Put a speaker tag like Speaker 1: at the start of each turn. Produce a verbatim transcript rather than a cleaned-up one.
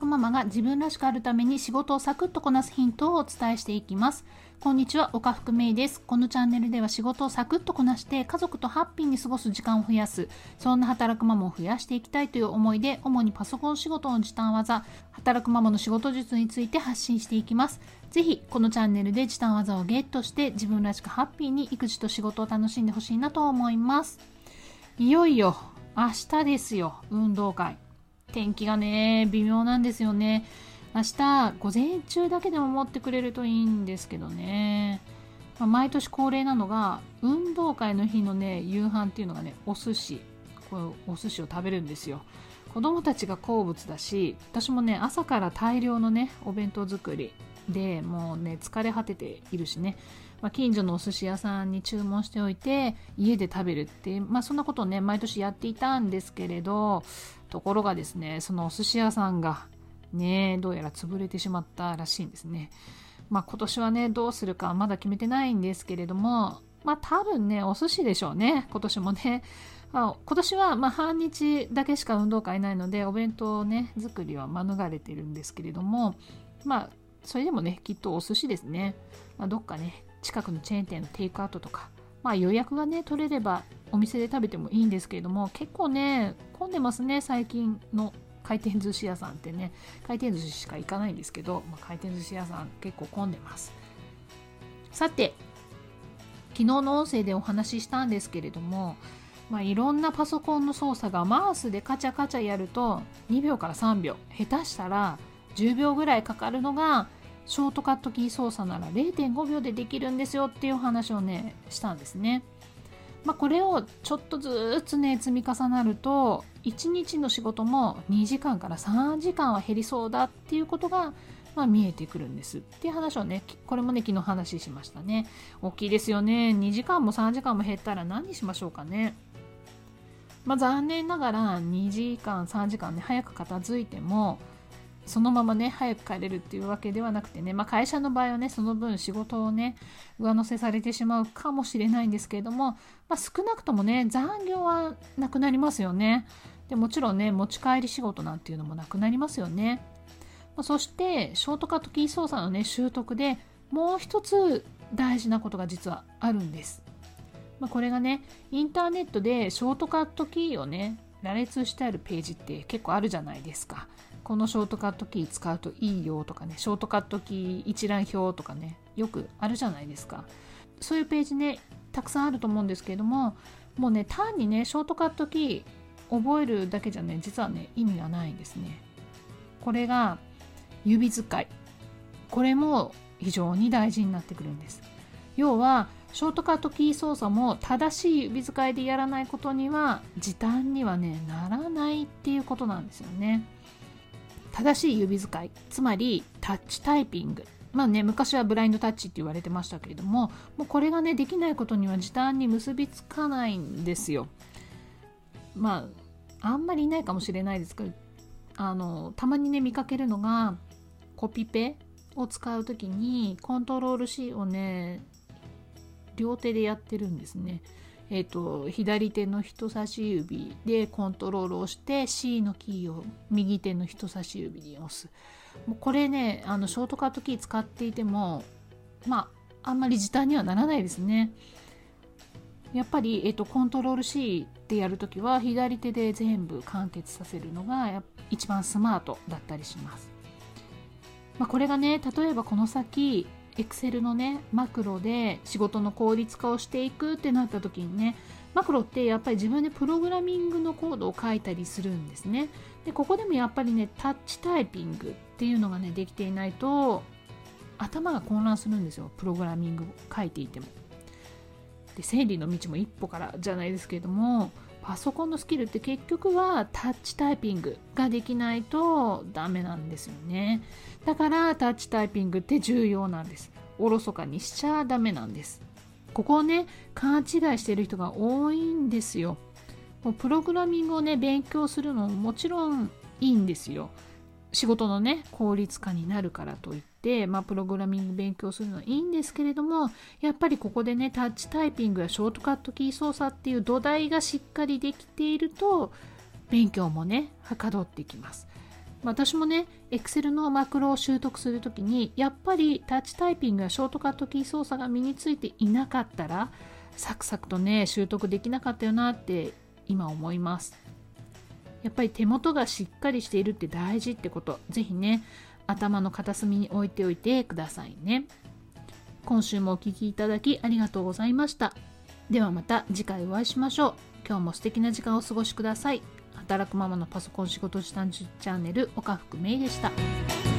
Speaker 1: くママが自分らしくあるために仕事をサクッとこなすヒントをお伝えしていきます。こんにちは、岡福芽衣です。このチャンネルでは仕事をサクッとこなして家族とハッピーに過ごす時間を増やす、そんな働くママを増やしていきたいという思いで、主にパソコン仕事の時短技、働くママの仕事術について発信していきます。ぜひこのチャンネルで時短技をゲットして自分らしくハッピーに育児と仕事を楽しんでほしいなと思います。いよいよ明日ですよ、運動会。天気がね微妙なんですよね。明日午前中だけでも持ってくれるといいんですけどね、まあ、毎年恒例なのが運動会の日のね夕飯っていうのがねお寿司、こうお寿司を食べるんですよ。子供たちが好物だし、私もね朝から大量のねお弁当作りでもうね疲れ果てているしね、まあ、近所のお寿司屋さんに注文しておいて家で食べるっていう、まあ、そんなことをね毎年やっていたんですけれど、ところがですね、そのお寿司屋さんがねどうやら潰れてしまったらしいんですね。まあ今年はねどうするかまだ決めてないんですけれども、まあ多分ねお寿司でしょうね、今年もね。まあ、今年はまあ半日だけしか運動会ないのでお弁当ね作りは免れてるんですけれども、まあそれでもねきっとお寿司ですね。まあ、どっかね近くのチェーン店のテイクアウトとか、まあ予約がね取れればお店で食べてもいいんですけれども、結構ね混んでますね、最近の回転寿司屋さんってね。回転寿司しか行かないんですけど、まあ、回転寿司屋さん結構混んでます。さて、昨日の音声でお話ししたんですけれども、まあ、いろんなパソコンの操作がマウスでカチャカチャやるとにびょうからさんびょう、下手したらじゅうびょうぐらいかかるのがショートカットキー操作なら れいてんごびょうでできるんですよっていう話をねしたんですね。まあ、これをちょっとずつね積み重なるといちにちの仕事もにじかんからさんじかんは減りそうだっていうことが、まあ、見えてくるんですっていう話をね、これもね昨日話しましたね。大きいですよね。にじかんもさんじかんも減ったら何しましょうかね。まあ、残念ながらにじかんさんじかんね早く片付いてもそのままね早く帰れるっていうわけではなくてね、まあ、会社の場合はねその分仕事をね上乗せされてしまうかもしれないんですけれども、まあ、少なくともね残業はなくなりますよね。でもちろんね持ち帰り仕事なんていうのもなくなりますよね。まあ、そしてショートカットキー操作のね習得でもう一つ大事なことが実はあるんです。まあ、これがねインターネットでショートカットキーをね羅列してあるページって結構あるじゃないですか。このショートカットキー使うといいよとかね、ショートカットキー一覧表とかねよくあるじゃないですか。そういうページねたくさんあると思うんですけれども、もうね単にねショートカットキー覚えるだけじゃね実はね意味がないんですね。これが指使い、これも非常に大事になってくるんです。要はショートカットキー操作も正しい指使いでやらないことには時短にはねならないっていうことなんですよね。正しい指使い、つまりタッチタイピング、まあね昔はブラインドタッチって言われてましたけれども、もうこれがねできないことには時短に結びつかないんですよ。まああんまりいないかもしれないですけど、あのたまにね見かけるのがコピペを使うときにコントロール C をね両手でやってるんですね。えーと、左手の人差し指でコントロールをして C のキーを右手の人差し指に押す。もうこれねあのショートカットキー使っていてもまああんまり時短にはならないですね。やっぱり、えーと、コントロール C でやるときは左手で全部完結させるのが一番スマートだったりします。まあ、これがね例えばこの先Excel のねマクロで仕事の効率化をしていくってなった時にね、マクロってやっぱり自分でプログラミングのコードを書いたりするんですね。でここでもやっぱりねタッチタイピングっていうのがねできていないと頭が混乱するんですよ、プログラミングを書いていても。で千里の道も一歩からじゃないですけれども、パソコンのスキルって結局はタッチタイピングができないとダメなんですよね。だからタッチタイピングって重要なんです。おろそかにしちゃダメなんです。ここをね勘違いしている人が多いんですよ。もうプログラミングをね勉強するのももちろんいいんですよ。仕事のね効率化になるからといって、まあ、プログラミング勉強するのはいいんですけれども、やっぱりここでねタッチタイピングやショートカットキー操作っていう土台がしっかりできていると勉強もねはかどっていきます。 私もね Excel のマクロを習得するときにやっぱりタッチタイピングやショートカットキー操作が身についていなかったらサクサクとね習得できなかったよなって今思います。やっぱり手元がしっかりしているって大事ってこと、ぜひね頭の片隅に置いておいてくださいね。今週もお聞きいただきありがとうございました。ではまた次回お会いしましょう。今日も素敵な時間をお過ごしください。働くママのパソコン仕事時短チャンネル岡福芽衣でした。